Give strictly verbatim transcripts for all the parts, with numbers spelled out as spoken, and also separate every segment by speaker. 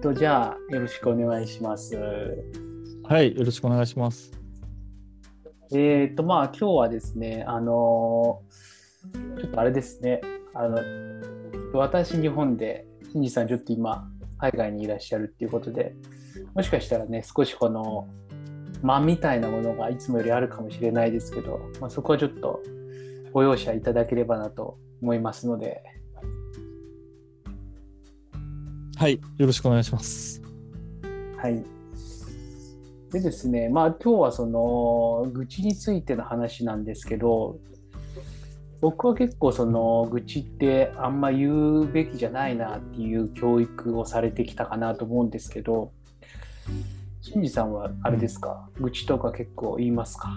Speaker 1: と、じゃあ、よろしくお願いします。
Speaker 2: はい、よろしくお願いします。
Speaker 1: えっと、まあ、今日はですね、あのーちょっとあれですね、あの、私、日本で、新次さん、ちょっと今、海外にいらっしゃるっていうことで、もしかしたらね、少しこの、間みたいなものがいつもよりあるかもしれないですけど、まあ、そこはちょっとご容赦いただければなと思いますので、
Speaker 2: はい、よろしくお願いします。
Speaker 1: はい。でですね、まあ今日はその愚痴についての話なんですけど、僕は結構その愚痴ってあんま言うべきじゃないなっていう教育をされてきたかなと思うんですけど、新次さんはあ
Speaker 2: うん、
Speaker 1: れですか、愚痴とか結構言いますか？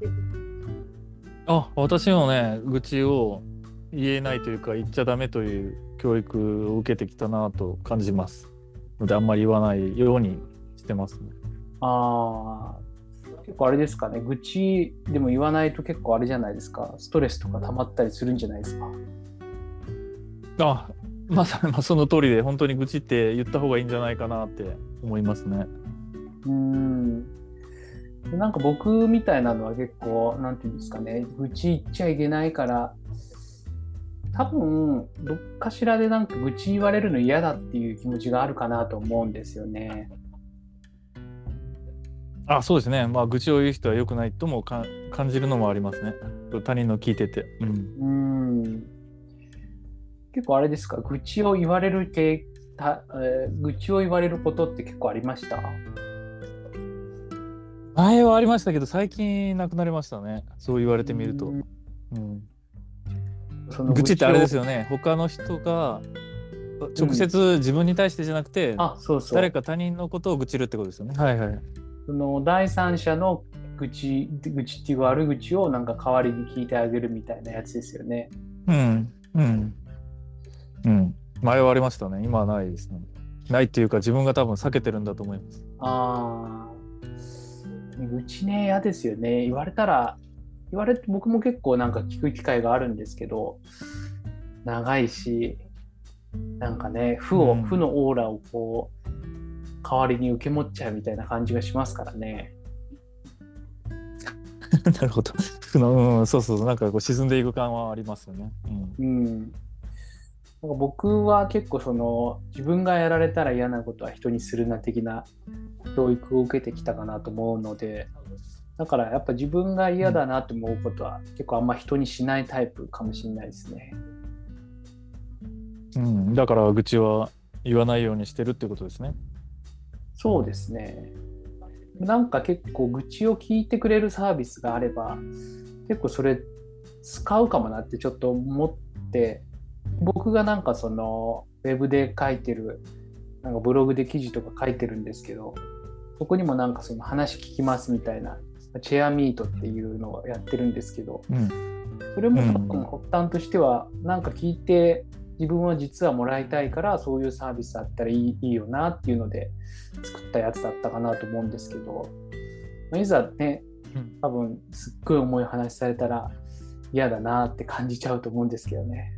Speaker 2: あ、私もね、愚痴を言えないというか、言っちゃダメという教育を受けてきたなと感じます。ので、あんまり言わないようにしてますね。
Speaker 1: ああ、結構あれですかね、愚痴でも言わないと結構あれじゃないですか、ストレスとか溜まったりするんじゃないですか？
Speaker 2: あ、まさにまあその通りで、本当に愚痴って言った方がいいんじゃないかなって思いますね。
Speaker 1: うーん。なんか僕みたいなのは結構、なんていうんですかね、愚痴言っちゃいけないから、多分、どっかしらでなんか愚痴言われるの嫌だっていう気持ちがあるかなと思うんですよね。
Speaker 2: あ、そうですね。まあ、愚痴を言う人は良くないともか感じるのもありますね。他人の聞いてて。うん。
Speaker 1: うーん。結構あれですか、愚痴を言われる系、た、えー愚痴を言われることって結構ありました？
Speaker 2: 前はありましたけど、最近なくなりましたね。そう言われ
Speaker 1: うー
Speaker 2: てみると。
Speaker 1: ん。
Speaker 2: うん。
Speaker 1: その
Speaker 2: 愚痴ってあれで
Speaker 1: 愚痴を、
Speaker 2: すよね。他の人が直
Speaker 1: うん。
Speaker 2: 接自分に対してじゃなくて、
Speaker 1: あ、そうそう。
Speaker 2: 誰か他人のことを愚痴るってことですよね。はいはい。
Speaker 1: その第三者の愚痴、愚痴っていう悪口をなんか代わりに聞いてあげるみたいなやつですよね。
Speaker 2: うん。うん。うん。前はありましたね。今はないですね。ないっていうか自分が多分避けてるんだと思います。
Speaker 1: ああ、愚痴ね、嫌ですよね。言われたら、言われて、僕も結構なんか聞く機会があるんですけど、長いし、なんかね、負を、負
Speaker 2: うん。
Speaker 1: のオーラをこう、代わりに受け持っちゃうみたいな感じがしますからね。
Speaker 2: なるほど。その、うん、そうそう、なんかこう沈んでいく感はありますよね。うん。
Speaker 1: うん。なんか僕は結構その、自分がやられたら嫌なことは人にするな的な教育を受けてきたかなと思うので、だからやっぱ自分が
Speaker 2: うん。
Speaker 1: 嫌だなと思うことは結構あんま人にしないタイプかもしれないですね。
Speaker 2: うん、だから愚痴は言わないようにしてるってことですね。
Speaker 1: そうですね。なんか結構愚痴を聞いてくれるサービスがあれば、結構それ使うかもなってちょっと思って、僕がなんかそのウェブで書いてる、なんかブログで記事とか書いてるんですけど、そこにもなんかその話聞きますみたいな、チェアミートっていうのをやってるんですけど、
Speaker 2: うん。
Speaker 1: それ
Speaker 2: う
Speaker 1: も多分
Speaker 2: ん。
Speaker 1: 発端としては、なんか聞いて自分は実はもらいたいからそういうサービスあったらいい、いいよなっていうので作ったやつだったかなと思うんですけど、いざね、
Speaker 2: うん。
Speaker 1: 多分すっごい重い話されたら嫌だなって感じちゃうと思うんですけどね。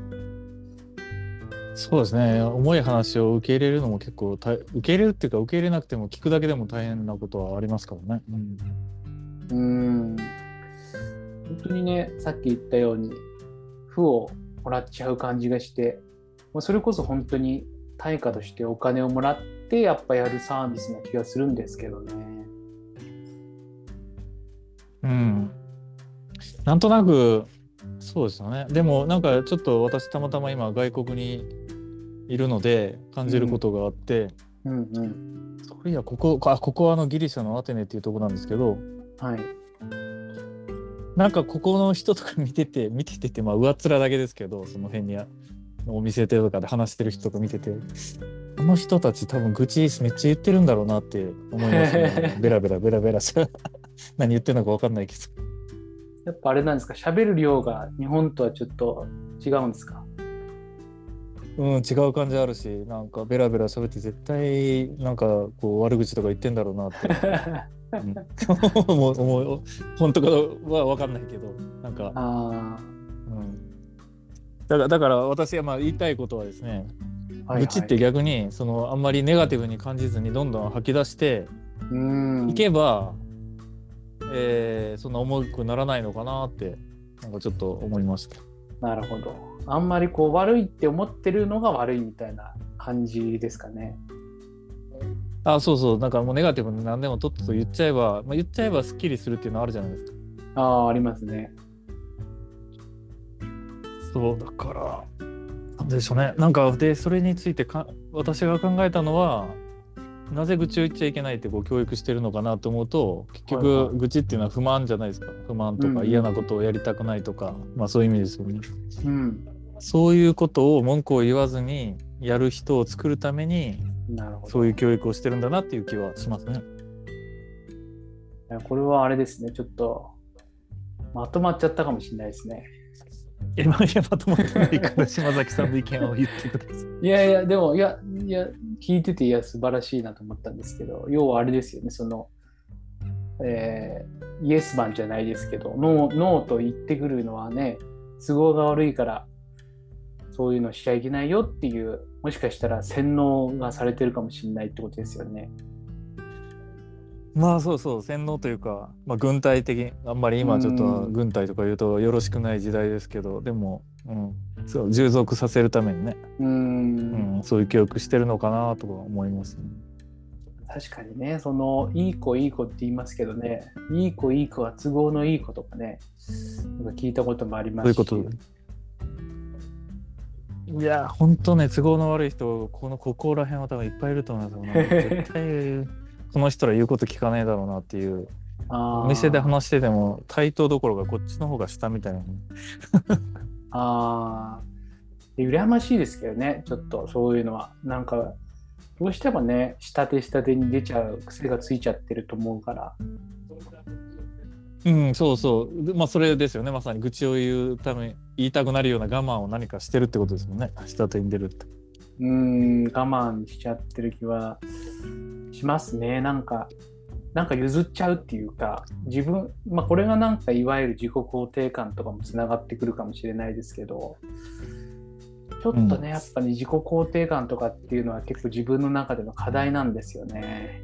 Speaker 2: そうですね。重い話を受け入れるのも結構大受け入れるっていうか受け入れなくても聞くだけでも大変なことはありますからね。うん。
Speaker 1: うーん、本当にね、さっき言ったように負をもらっちゃう感じがして、それこそ本当に対価としてお金をもらってやっぱやるサービスな気がするんですけどね。
Speaker 2: うん。なんとなくそうですよね。でもなんかちょっと私たまたま今外国にいるので感
Speaker 1: うん、
Speaker 2: じることがあって、
Speaker 1: うん、うん。
Speaker 2: そういやここあここはあのギリシャのアテネっていうところなんですけど、
Speaker 1: はい。
Speaker 2: なんかここの人とか見てて見てててまあ上っ面だけですけど、その辺にお店とかで話してる人とか見てて、この人たち多分愚痴めっちゃ言ってるんだろうなって思いますね。なんかベラベラベラベラし何言ってるのか分かんないけど。
Speaker 1: やっぱあれなんですか、喋る量が日本とはちょっと違うんですか？
Speaker 2: うん、違う感じあるし、なんかベラベラ喋って絶対なんかこう悪口とか言ってんだろうなって、うん、思う思う本当かは分かんないけど、なんか、
Speaker 1: あ
Speaker 2: うん、だからだから私はまあ言いたいことはですね、
Speaker 1: はいはい。
Speaker 2: 愚痴って逆にそのあんまりネガティブに感じずにどんどん吐き出して
Speaker 1: うーん。
Speaker 2: いけば、えーそんな重くならないのかなってなんかちょっと思いました。
Speaker 1: なるほど。あんまりこう悪いって思ってるのが悪いみたいな感じですかね。
Speaker 2: あ、そうそう、なんかもうネガティブに何でもとっとと言っちゃえば、まあ、言っちゃえばスッキリするっていうのあるじゃないですか。
Speaker 1: ああ、ありますね。
Speaker 2: そうだから、なんでしょうね。なんかでそれについてか私が考えたのは、なぜ愚痴を言っちゃいけないってこう教育してるのかなと思うと、結
Speaker 1: はいは
Speaker 2: 局愚痴っていうのは不満じゃないですか。不満とか
Speaker 1: うんうん
Speaker 2: 嫌なことをやりたくないとか、まあそういう意味ですよね。
Speaker 1: い。うん。
Speaker 2: そういうことを文句を言わずにやる人を作るために、
Speaker 1: なるほど。
Speaker 2: そういう教育をしてるんだなっていう気はしますね。
Speaker 1: いやこれはあれですね。ちょっとまとまっちゃったかもしれないですね。
Speaker 2: いや、まあまとまってないから島崎さんの意見を言ってください。
Speaker 1: いやいや、でも、いや、いや、聞いてて、いや、素晴らしいなと思ったんですけど、要はあれですよね、その、えーイエスマンじゃないですけど、ノー、ノーと言ってくるのはね、都合が悪いから、そういうのしちゃいけないよっていう、もしかしたら洗脳がされてるかもしれないってことですよね。
Speaker 2: まあそうそう洗脳というか、まあ、軍隊的あんまり今ちょっと軍隊とか言うとよろしくない時代ですけど、でも、うん、そう従属させるためにね、
Speaker 1: うーん、
Speaker 2: うん、そういう教育してるのかなとか思いますね。
Speaker 1: 確かにね、その、いい子いい子って言いますけどね、いい子いい子は都合のいい子とかね、なんか聞いたこともありますし。
Speaker 2: そういうことで。いや本当ね都合の悪い人このここら辺は多分いっぱいいると思いますよ。絶対この人ら言うこと聞かねえだろうなっていう。
Speaker 1: あ
Speaker 2: お店で話してても対等どころかこっちの方が下みたいな。
Speaker 1: ああ、羨ましいですけどね、ちょっとそういうのは。なんか、どうしてもね、下手下手に出ちゃう癖がついちゃってると思うから。
Speaker 2: うん、そうそう。でまあそれですよね。まさに愚痴を言うため、言いたくなるような我慢を何かしてるってことですもんね。下手に出るって。
Speaker 1: うーん、我慢しちゃってる気はしますね。なんか、なんか譲っちゃうっていうか、自分、まあこれがなんかいわゆる自己肯定感とかもつながってくるかもしれないですけど、ちょっとね、
Speaker 2: うん、
Speaker 1: やっぱり自己肯定感とかっていうのは結構自分の中での課題なんですよね。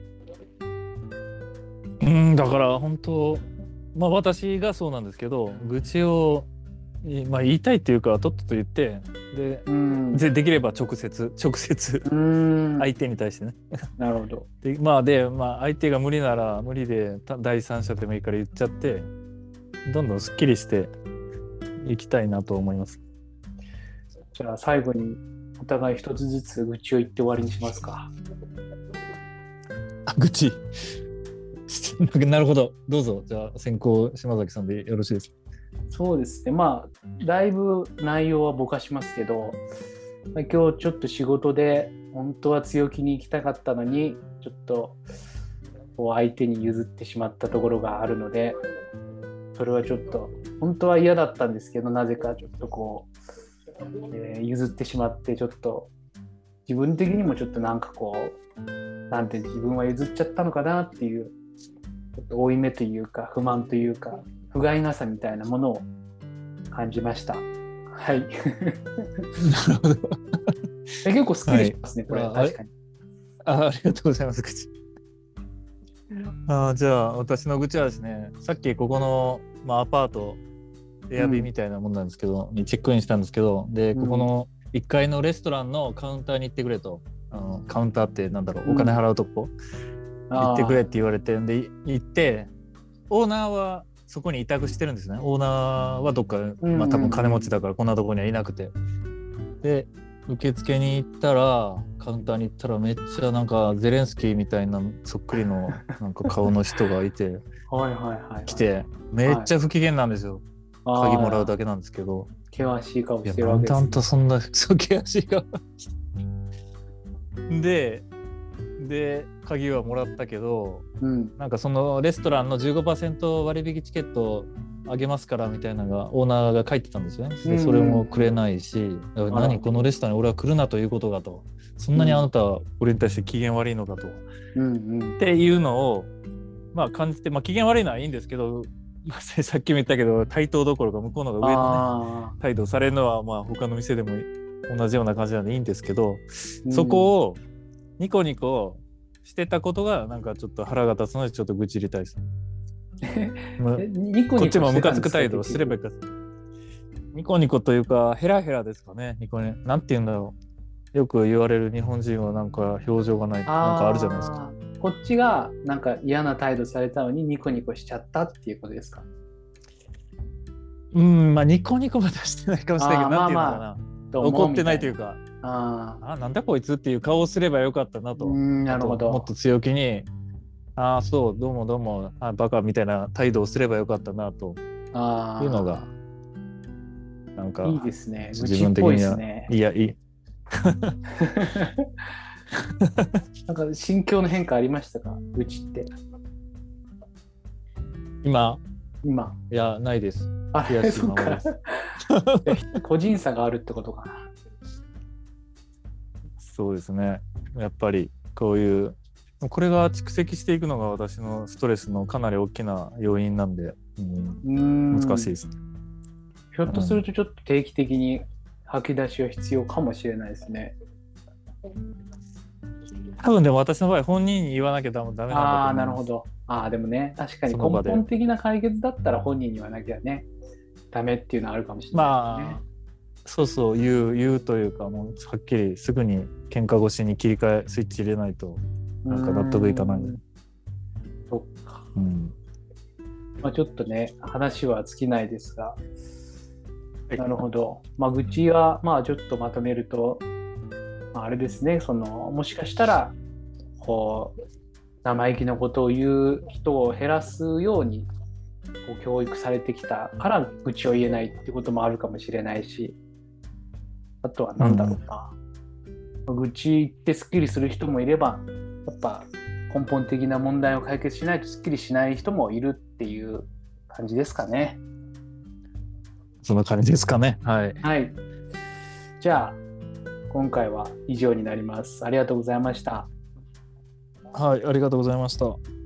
Speaker 2: うん、だから本当、まあ私がそうなんですけど、愚痴を、いまあ、言いたいっていうか、とっとと言って、で、
Speaker 1: うん。
Speaker 2: で、できれば直接、直接、
Speaker 1: うーん。
Speaker 2: 相手に対してね。
Speaker 1: なるほど。
Speaker 2: で、まあ、で、まあ、相手が無理なら無理で、た第三者でもいいから言っちゃって、どんどんすっきりしていきたいなと思います。
Speaker 1: じゃあ最後にお互い一つずつ愚痴を言って終わりにしますか。
Speaker 2: あ、愚痴。なるほど。どうぞ。じゃあ、先行、島崎さんでよろしいですか。
Speaker 1: そうですね。まあ、だいぶ内容はぼかしますけど、まあ今日ちょっと仕事で本当は強気に行きたかったのに、ちょっとこう相手に譲ってしまったところがあるので、それはちょっと本当は嫌だったんですけど、なぜかちょっとこう、えー譲ってしまって、ちょっと自分的にもちょっとなんかこう、なんて自分は譲っちゃったのかなっていう、ちょっと負い目というか不満というか不甲斐なさみたいなものを感じました。はい。
Speaker 2: なるほど。
Speaker 1: え結構スッキリしますね、これ。
Speaker 2: はいあ
Speaker 1: 確かに。
Speaker 2: あ、ありがとうございます、愚痴。あじゃあ、私の愚痴はですね、さっきここの、まあ、アパート、エアビーみたいなもんなんですけど、にチェックインしたんですけど、で、
Speaker 1: うん
Speaker 2: ここのいっかいのレストランのカウンターに行ってくれと。あのカウンターってなんだろう、
Speaker 1: うん
Speaker 2: お金払うとこ、行ってくれって言われて、で、い行って、オーナーはそこに委託してるんですね。オーナーはどっか、まあ多分金持ちだからこんなとこにはいなくて。で、受付に行ったら、カウンターに行ったらめっちゃなんかゼレンスキーみたいなそっくりのなんか顔の人がいて、
Speaker 1: はいはいはい。
Speaker 2: 来て、めっちゃ不機嫌なんですよ。鍵もらうだ
Speaker 1: け。
Speaker 2: けなんですけど。
Speaker 1: 険しい顔
Speaker 2: いや、
Speaker 1: してる
Speaker 2: なんであん
Speaker 1: わけですね。
Speaker 2: たそんな、そう、険しい顔。で、で、鍵はもらったけど、
Speaker 1: うん。
Speaker 2: なんかそのレストランのじゅうごパーセント割引チケットあげますからみたいなのがオーナーが書いてたんですよね。でそれもくれないし、
Speaker 1: あら
Speaker 2: 何このレストランに俺は来るなということかと。そんなにあなたは俺に対して機嫌悪いのかと。
Speaker 1: うんうん。
Speaker 2: っていうのを、まあ感じて、まあ機嫌悪いのはいいんですけど、まあさっきも言ったけど対等どころか向こうの方が上のね、
Speaker 1: あ
Speaker 2: 態度をされるのはまあ他の店でも同じような感じなんでいいんですけど、
Speaker 1: うん、
Speaker 2: そこをニコニコしてたことがなんかちょっと腹が立つのでちょっと愚痴りたいです。ま
Speaker 1: えニコ
Speaker 2: こっ
Speaker 1: ニコ
Speaker 2: ちもムカつ
Speaker 1: してたんですか
Speaker 2: く態度をすればいいか。ニコニコというかヘラヘラですかね。ニコニなんて言うんだろう。よく言われる日本人はなんか表情がないなんかあるじゃないですか。
Speaker 1: こっちがなんか嫌な態度されたのにニコニコしちゃったっていうことですか？
Speaker 2: うん、まあニコニコは出してないかもしれないけど、なんていうのかな、
Speaker 1: まあまあ、
Speaker 2: 怒ってないというか、
Speaker 1: あ
Speaker 2: あなんだこいつっていう顔をすればよかったなと。
Speaker 1: うん、なるほど。
Speaker 2: もっと強気に、ああそうどうもどうもあバカみたいな態度をすればよかったなと
Speaker 1: あ
Speaker 2: いうのがなんか
Speaker 1: いいですね。
Speaker 2: 自分的には、
Speaker 1: ね、
Speaker 2: いやいい
Speaker 1: なんか心境の変化ありましたか、愚痴って。
Speaker 2: 今
Speaker 1: 今
Speaker 2: いやないです。
Speaker 1: あ
Speaker 2: 悔しいままです
Speaker 1: 個人差があるってことかな。
Speaker 2: そうですね。やっぱりこういうこれが蓄積していくのが私のストレスのかなり大きな要因なんで、うん、うん難しいです。
Speaker 1: ひょっとするとちょっと定期的に吐き出しは必要かもしれないですね。
Speaker 2: 多分でも私の場合本人に言わなきゃダメなんだと思います。
Speaker 1: ああなるほど。ああでもね確かに根本的な解決だったら本人に言わなきゃねダメっていうのはあるかもしれないですね。まあ
Speaker 2: そうそう言う言うというかもうはっきりすぐに喧嘩越しに切り替えスイッチ入れないとなんか納得いかない。
Speaker 1: そっか。
Speaker 2: うん。
Speaker 1: まあちょっとね話は尽きないですが、はい、なるほど。まあ愚痴はまあちょっとまとめると、まあ、あれですねそのもしかしたらこう生意気なことを言う人を減らすようにこう教育されてきたから愚痴を言えないってこともあるかもしれないし、あとは何だろうな、うん、愚痴言ってスッキリする人もいればやっぱ根本的な問題を解決しないとスッキリしない人もいるっていう感じですかね。
Speaker 2: そんな感じですかね。はい、
Speaker 1: はい、じゃあ今回は以上になります。ありがとうございました。
Speaker 2: はい、ありがとうございました。